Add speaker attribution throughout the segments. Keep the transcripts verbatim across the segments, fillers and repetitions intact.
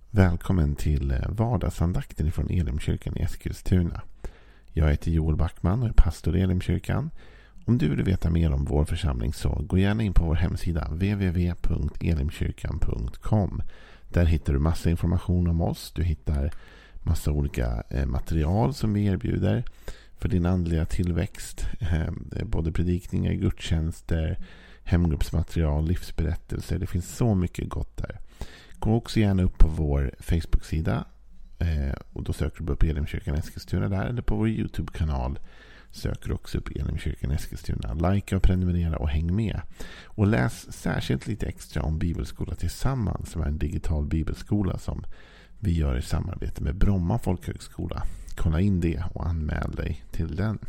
Speaker 1: Välkommen till vardagsandakten från Elimkyrkan i Eskilstuna. Jag heter Joel Backman och är pastor i Elimkyrkan. Om du vill veta mer om vår församling så gå gärna in på vår hemsida w w w punkt elimkyrkan punkt com. Där hittar du massa information om oss. Du hittar massa olika material som vi erbjuder för din andliga tillväxt. Både predikningar, gudstjänster, hemgruppsmaterial, livsberättelser. Det finns så mycket gott där. Gå också gärna upp på vår Facebook-sida eh, och då söker du upp Elimkyrkan Eskilstuna där, eller på vår YouTube-kanal söker du också upp Elimkyrkan Eskilstuna. Like och prenumerera och häng med. Och läs särskilt lite extra om Bibelskola tillsammans, som är en digital bibelskola som vi gör i samarbete med Bromma folkhögskola. Kolla in det och anmäl dig till den.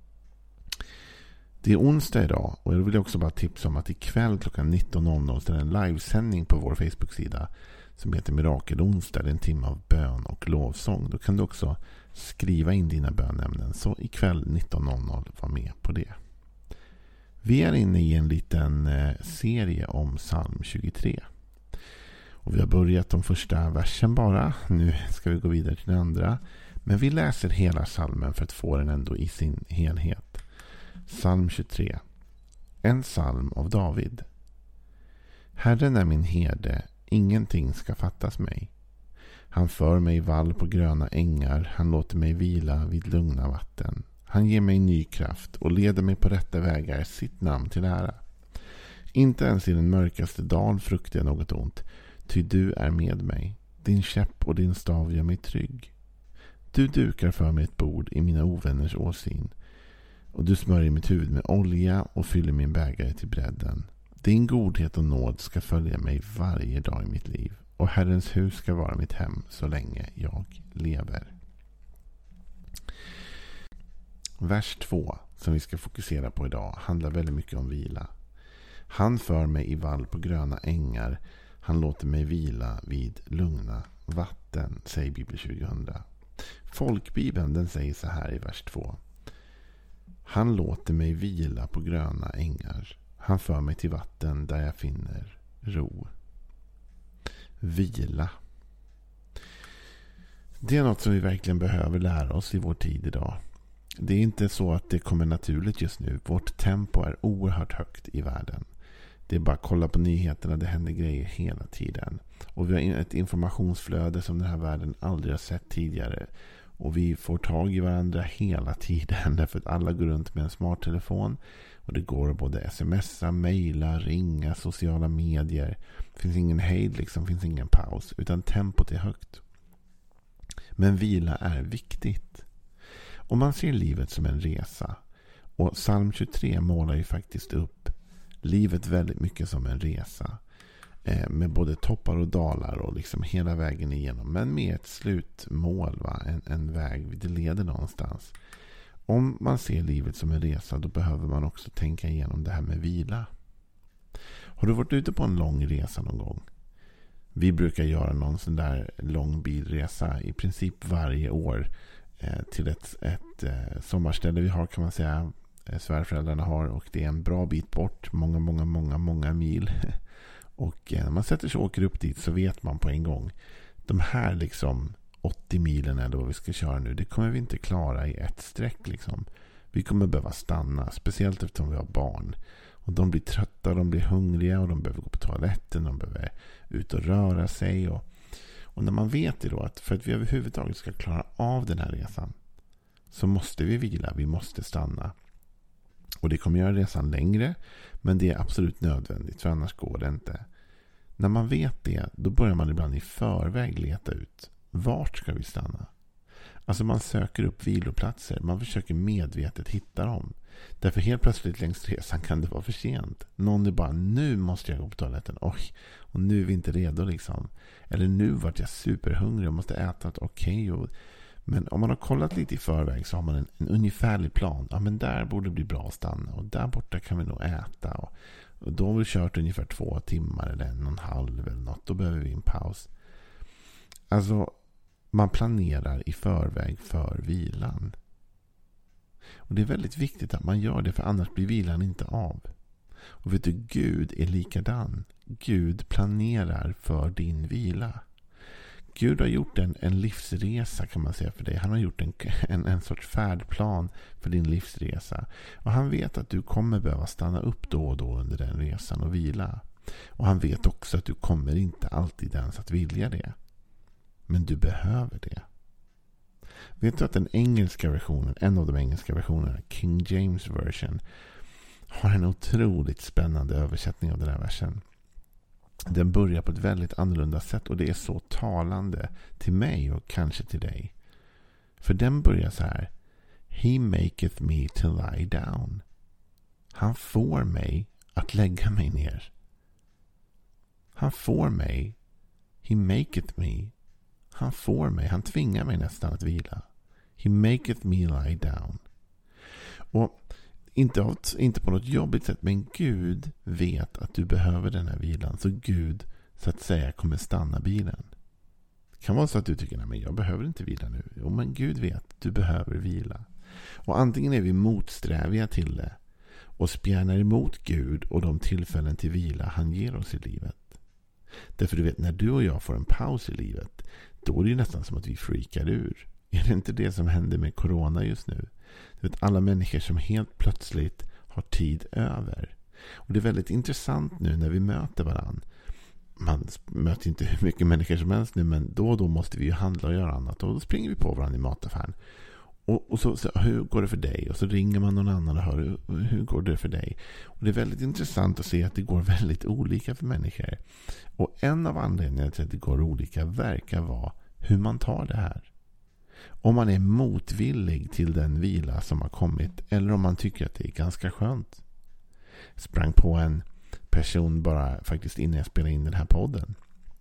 Speaker 1: Det är onsdag idag och jag vill också bara tipsa om att ikväll klockan nitton noll noll är en livesändning på vår Facebook-sida som heter Mirakelonsdag. Det är en timme av bön och lovsång. Då kan du också skriva in dina bönämnen. Så ikväll nitton noll noll var med på det. Vi är inne i en liten serie om psalm tjugotre. Och vi har börjat de första versen bara. Nu ska vi gå vidare till den andra. Men vi läser hela psalmen för att få den ändå i sin helhet. Psalm tjugotre. En psalm av David. Herren är min herde, ingenting ska fattas mig. Han för mig i vall på gröna ängar, han låter mig vila vid lugna vatten. Han ger mig ny kraft och leder mig på rätta vägar, sitt namn till ära. Inte ens i den mörkaste dal fruktar jag något ont, ty du är med mig. Din käpp och din stav gör mig trygg. Du dukar för mig ett bord i mina ovänners åsyn. Och du smörjer mitt huvud med olja och fyller min bägare till bredden. Din godhet och nåd ska följa mig varje dag i mitt liv. Och Herrens hus ska vara mitt hem så länge jag lever. Vers två som vi ska fokusera på idag handlar väldigt mycket om vila. Han för mig i vall på gröna ängar. Han låter mig vila vid lugna vatten, säger Bibel tjugohundra. Folkbibeln den säger så här i vers två. Han låter mig vila på gröna ängar. Han för mig till vatten där jag finner ro. Vila. Det är något som vi verkligen behöver lära oss i vår tid idag. Det är inte så att det kommer naturligt just nu. Vårt tempo är oerhört högt i världen. Det är bara att kolla på nyheterna. Det händer grejer hela tiden. Och vi har ett informationsflöde som den här världen aldrig har sett tidigare. Och vi får tag i varandra hela tiden. Därför att alla går runt med en smarttelefon. Och det går att både smsa, mejla, ringa, sociala medier. Det finns ingen hejd liksom. Det finns ingen paus. Utan tempot är högt. Men vila är viktigt. Om man ser livet som en resa. Och psalm tjugotre målar ju faktiskt upp livet väldigt mycket som en resa. Med både toppar och dalar och liksom hela vägen igenom. Men med ett slutmål, va? En, en väg, det leder någonstans. Om man ser livet som en resa, då behöver man också tänka igenom det här med vila. Har du varit ute på en lång resa någon gång? Vi brukar göra någon sån där lång bilresa i princip varje år eh, till ett, ett eh, sommarställe vi har, kan man säga. Eh, svärföräldrarna har, och det är en bra bit bort. Många, många, många, många mil. Och när man sätter sig och åker upp dit så vet man på en gång. De här liksom åttio milen eller vad vi ska köra nu. Det kommer vi inte klara i ett streck liksom. Vi kommer behöva stanna. Speciellt eftersom vi har barn. Och de blir trötta, de blir hungriga. Och de behöver gå på toaletten. De behöver ut och röra sig. Och, och när man vet det då. Att för att vi överhuvudtaget ska klara av den här resan. Så måste vi vila. Vi måste stanna. Och det kommer göra resan längre. Men det är absolut nödvändigt. För annars går det inte. När man vet det. Då börjar man ibland i förväg leta ut. Vart ska vi stanna? Alltså man söker upp viloplatser. Man försöker medvetet hitta dem. Därför helt plötsligt längs resan kan det vara för sent. Någon är bara, nu måste jag gå på toaletten. Oj, och nu är vi inte redo liksom. Eller nu vart jag superhungrig och måste äta ett okej. Okay. Men om man har kollat lite i förväg så har man en, en ungefärlig plan. Ja, men där borde det bli bra att stanna. Och där borta kan vi nog äta. Och, och då har vi kört ungefär två timmar eller en och en halv eller något. Då behöver vi en paus. Alltså, man planerar i förväg för vilan. Och det är väldigt viktigt att man gör det, för annars blir vilan inte av. Och vet du, Gud är likadan. Gud planerar för din vila. Gud har gjort en, en livsresa kan man säga för dig. Han har gjort en, en, en sorts färdplan för din livsresa. Och han vet att du kommer behöva stanna upp då och då under den resan och vila. Och han vet också att du kommer inte alltid ens att vilja det. Men du behöver det. Vet du att den engelska versionen, en av de engelska versionerna, King James version, har en otroligt spännande översättning av den här versen. Den börjar på ett väldigt annorlunda sätt och det är så talande till mig och kanske till dig. För den börjar så här: He maketh me to lie down. Han får mig att lägga mig ner. Han får mig. He maketh me. Han får mig. Han tvingar mig nästan att vila. He maketh me lie down. Och inte, av, inte på något jobbigt sätt, men Gud vet att du behöver den här vilan. Så Gud, så att säga, kommer stanna bilen. Det kan vara så att du tycker, nej men jag behöver inte vila nu. Jo, men Gud vet att du behöver vila. Och antingen är vi motsträviga till det och spjärnar emot Gud och de tillfällen till vila han ger oss i livet. Därför du vet, när du och jag får en paus i livet, då är det ju nästan som att vi freakar ur. Är det inte det som händer med corona just nu? Du vet, alla människor som helt plötsligt har tid över. Och det är väldigt intressant nu när vi möter varann. Man möter inte hur mycket människor som helst nu, men då och då måste vi ju handla och göra annat. Och då springer vi på varandra i mataffären. Och, och så, så, hur går det för dig? Och så ringer man någon annan och hör, hur, hur går det för dig? Och det är väldigt intressant att se att det går väldigt olika för människor. Och en av anledningarna till att det går olika verkar vara hur man tar det här. Om man är motvillig till den vila som har kommit, eller om man tycker att det är ganska skönt. Jag sprang på en person bara faktiskt innan jag spelade in den här podden.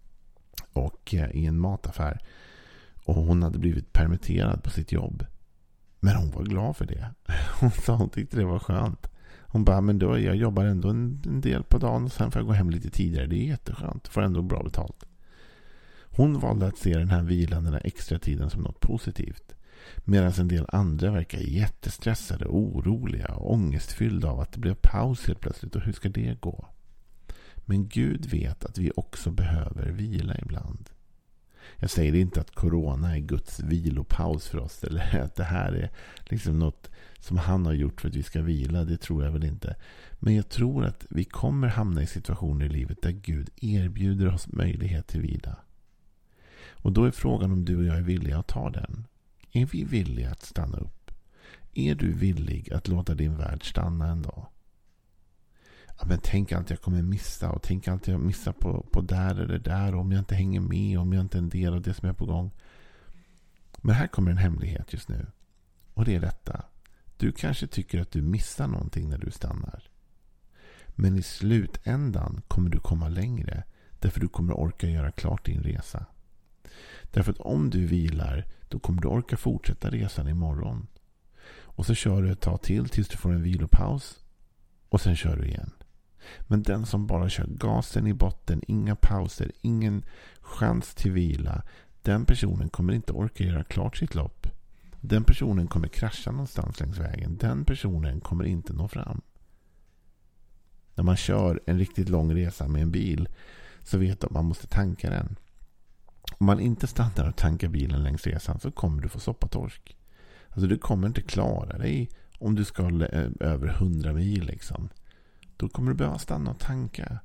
Speaker 1: Och eh, i en mataffär. Och hon hade blivit permitterad på sitt jobb. Men hon var glad för det. Hon sa hon tyckte det var skönt. Hon bara, men då jag jobbar ändå en, en del på dagen och sen får jag gå hem lite tidigare. Det är jätteskönt. Får ändå bra betalt. Hon valde att se den här vilan, den här extra tiden som något positivt. Medan en del andra verkar jättestressade, oroliga och ångestfyllda av att det blev paus helt plötsligt. Och hur ska det gå? Men Gud vet att vi också behöver vila ibland. Jag säger inte att corona är Guds vilopaus för oss, eller att det här är liksom något som han har gjort för att vi ska vila. Det tror jag väl inte. Men jag tror att vi kommer hamna i situationer i livet där Gud erbjuder oss möjlighet till vila. Och då är frågan om du och jag är villiga att ta den. Är vi villiga att stanna upp? Är du villig att låta din värld stanna en dag? Ja, men tänk alltid jag kommer missa, och tänk alltid jag missar på, på där eller där, och om jag inte hänger med, om jag inte är en del av det som är på gång. Men här kommer en hemlighet just nu. Och det är detta. Du kanske tycker att du missar någonting när du stannar. Men i slutändan kommer du komma längre, därför du kommer orka göra klart din resa. Därför att om du vilar, då kommer du orka fortsätta resan imorgon. Och så kör du ett tag till tills du får en vilopaus. Och sen kör du igen. Men den som bara kör gasen i botten, inga pauser, ingen chans till vila, den personen kommer inte orka göra klart sitt lopp. Den personen kommer krascha någonstans längs vägen. Den personen kommer inte nå fram. När man kör en riktigt lång resa med en bil så vet man att man måste tanka den. Om man inte stannar och tankar bilen längs resan så kommer du få soppatorsk. Alltså du kommer inte klara dig om du ska över hundra mil liksom. Då kommer du behöva stanna och tanka.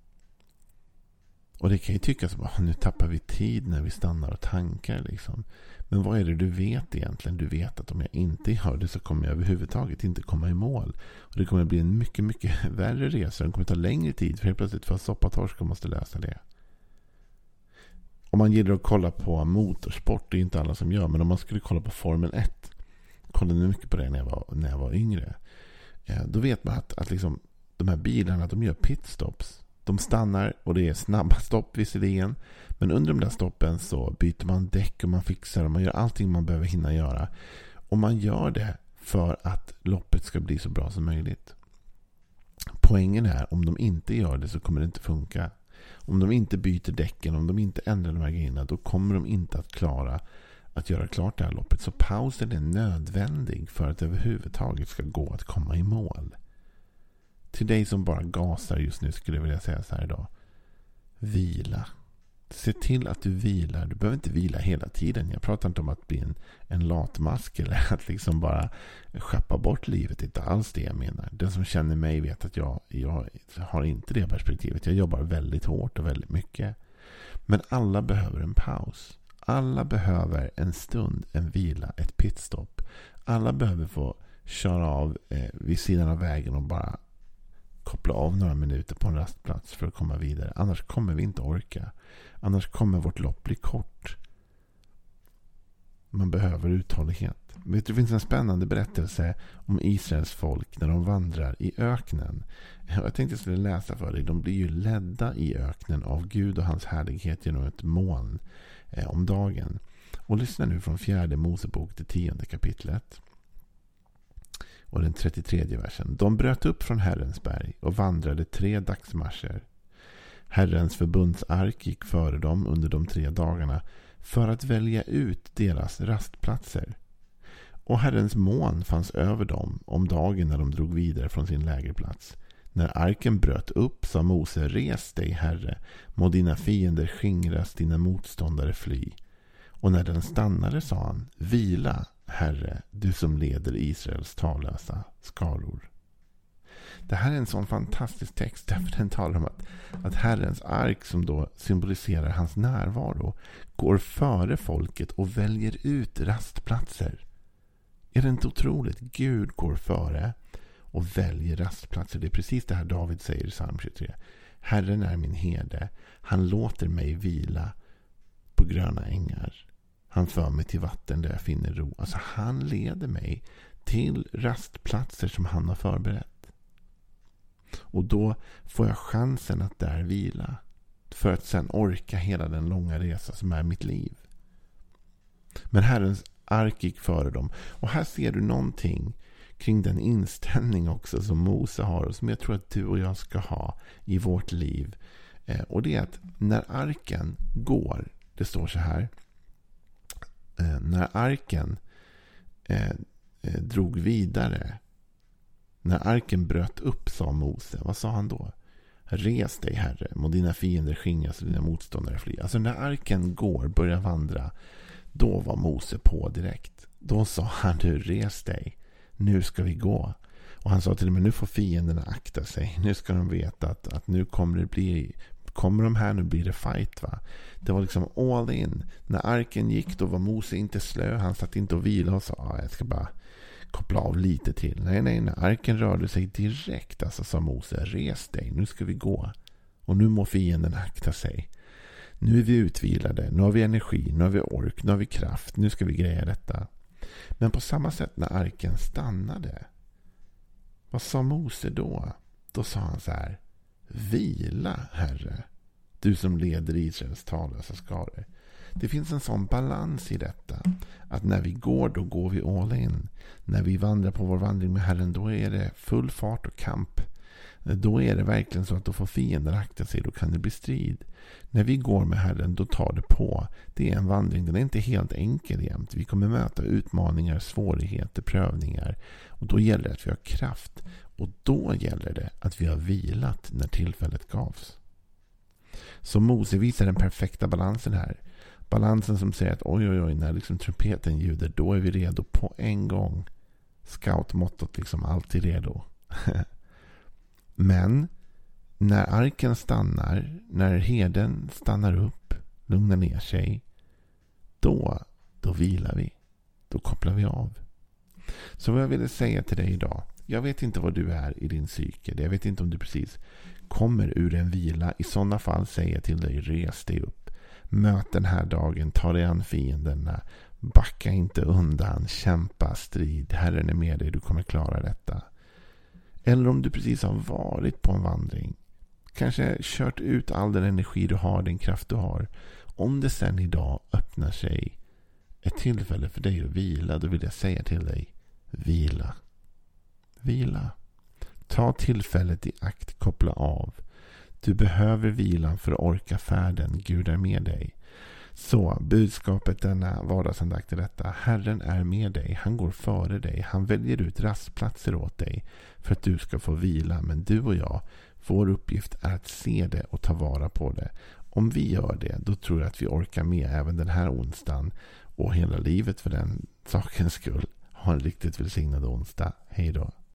Speaker 1: Och det kan ju tyckas att nu tappar vi tid när vi stannar och tankar liksom. Men vad är det du vet egentligen? Du vet att om jag inte gör det så kommer jag överhuvudtaget inte komma i mål. Och det kommer bli en mycket, mycket värre resa. Det kommer ta längre tid för helt plötsligt för att soppatorsk och måste lösa det. Om man gillar att kolla på motorsport, det är inte alla som gör, men om man skulle kolla på Formel ett, kollade mycket på det när jag var, när jag var yngre, då vet man att, att liksom, de här bilarna, de gör pitstops. De stannar och det är snabba stopp visserligen, men under de där stoppen så byter man däck och man fixar och man gör allting man behöver hinna göra. Och man gör det för att loppet ska bli så bra som möjligt. Poängen är, om de inte gör det så kommer det inte funka. Om de inte byter däcken, om de inte ändrar de här grejerna, då kommer de inte att klara att göra klart det här loppet. Så pausen är nödvändig för att det överhuvudtaget ska gå att komma i mål. Till dig som bara gasar just nu skulle jag vilja säga så här idag. Vila. Se till att du vilar. Du behöver inte vila hela tiden. Jag pratar inte om att bli en, en latmask eller att liksom bara schappa bort livet. Det är inte alls det jag menar. Den som känner mig vet att jag, jag har inte det perspektivet. Jag jobbar väldigt hårt och väldigt mycket. Men alla behöver en paus. Alla behöver en stund, en vila, ett pitstop. Alla behöver få köra av eh, vid sidan av vägen och bara koppla av några minuter på en rastplats för att komma vidare. Annars kommer vi inte orka. Annars kommer vårt lopp bli kort. Man behöver uthållighet. Vet du, det finns en spännande berättelse om Israels folk när de vandrar i öknen. Jag tänkte jag skulle läsa för dig. De blir ju ledda i öknen av Gud och hans härlighet genom ett moln eh, om dagen. Och lyssna nu från fjärde Mosebok till tionde kapitlet. Och den trettiotredje versen. De bröt upp från Herrens berg och vandrade tre dagsmarscher. Herrens förbundsark gick före dem under de tre dagarna för att välja ut deras rastplatser. Och Herrens moln fanns över dem om dagen när de drog vidare från sin lägerplats. När arken bröt upp sa Mose: res dig, Herre, må dina fiender skingras, dina motståndare fly. Och när den stannade sa han: vila, Herre, du som leder Israels tallösa skaror. Det här är en sån fantastisk text därför den talar om att, att Herrens ark, som då symboliserar hans närvaro, går före folket och väljer ut rastplatser. Är det inte otroligt? Gud går före och väljer rastplatser. Det är precis det här David säger i psalm tjugotre. Herren är min herde. Han låter mig vila på gröna ängar. Han för mig till vatten där jag finner ro. Alltså han leder mig till rastplatser som han har förberett. Och då får jag chansen att där vila. För att sen orka hela den långa resa som är mitt liv. Men Herrens ark gick före dem. Och här ser du någonting kring den inställning också som Mose har. Och som jag tror att du och jag ska ha i vårt liv. Eh, och det är att när arken går. Det står så här. Eh, när arken eh, eh, drog vidare. När arken bröt upp sa Mose. Vad sa han då? Res dig, Herre, må dina fiender skingras och dina motståndare fly. Alltså när arken går, börjar vandra, då var Mose på direkt. Då sa han: du, res dig. Nu ska vi gå. Och han sa till dem: nu får fienderna akta sig. Nu ska de veta att, att nu kommer det bli... Kommer de här, nu blir det fight, va? Det var liksom all in. När arken gick, då var Mose inte slö. Han satt inte och vila och sa: ah, jag ska bara koppla av lite till. Nej, nej, när arken rörde sig direkt, alltså sa Mose: res dig, nu ska vi gå. Och nu må fienden akta sig. Nu är vi utvilade, nu har vi energi, nu har vi ork, nu har vi kraft, nu ska vi greja detta. Men på samma sätt när arken stannade, vad sa Mose då? Då sa han så här: vila, Herre, du som leder Israels tallösa skaror. Det finns en sån balans i detta. Att när vi går, då går vi all in. När vi vandrar på vår vandring med Herren, då är det full fart och kamp. Då är det verkligen så att då får fienden akta sig. Då kan det bli strid. När vi går med Herren, då tar det på. Det är en vandring. Den är inte helt enkel jämt. Vi kommer möta utmaningar, svårigheter, prövningar. Och då gäller det att vi har kraft. Och då gäller det att vi har vilat när tillfället gavs. Så Mose visar den perfekta balansen här. Balansen som säger att oj oj oj, när liksom trumpeten ljuder, då är vi redo på en gång. Scoutmottot liksom alltid redo. Men när arken stannar, när herden stannar upp, lugnar ner sig, då, då vilar vi. Då kopplar vi av. Så vad jag ville säga till dig idag. Jag vet inte vad du är i din psyke. Jag vet inte om du precis kommer ur en vila. I sådana fall säger jag till dig: res dig upp. Möt den här dagen, ta dig an fienderna. Backa inte undan, kämpa, strid. Herren är med dig, du kommer klara detta. Eller om du precis har varit på en vandring. Kanske kört ut all den energi du har, den kraft du har. Om det sen idag öppnar sig ett tillfälle för dig att vila, då vill jag säga till dig: vila. Vila. Ta tillfället i akt, koppla av. Du behöver vilan för att orka färden. Gud är med dig. Så budskapet denna vardagsandakt är detta: Herren är med dig. Han går före dig. Han väljer ut rastplatser åt dig för att du ska få vila. Men du och jag, vår uppgift är att se det och ta vara på det. Om vi gör det, då tror jag att vi orkar med även den här onsdagen och hela livet för den sakens skull. Ha en riktigt välsignad onsdag. Hej då.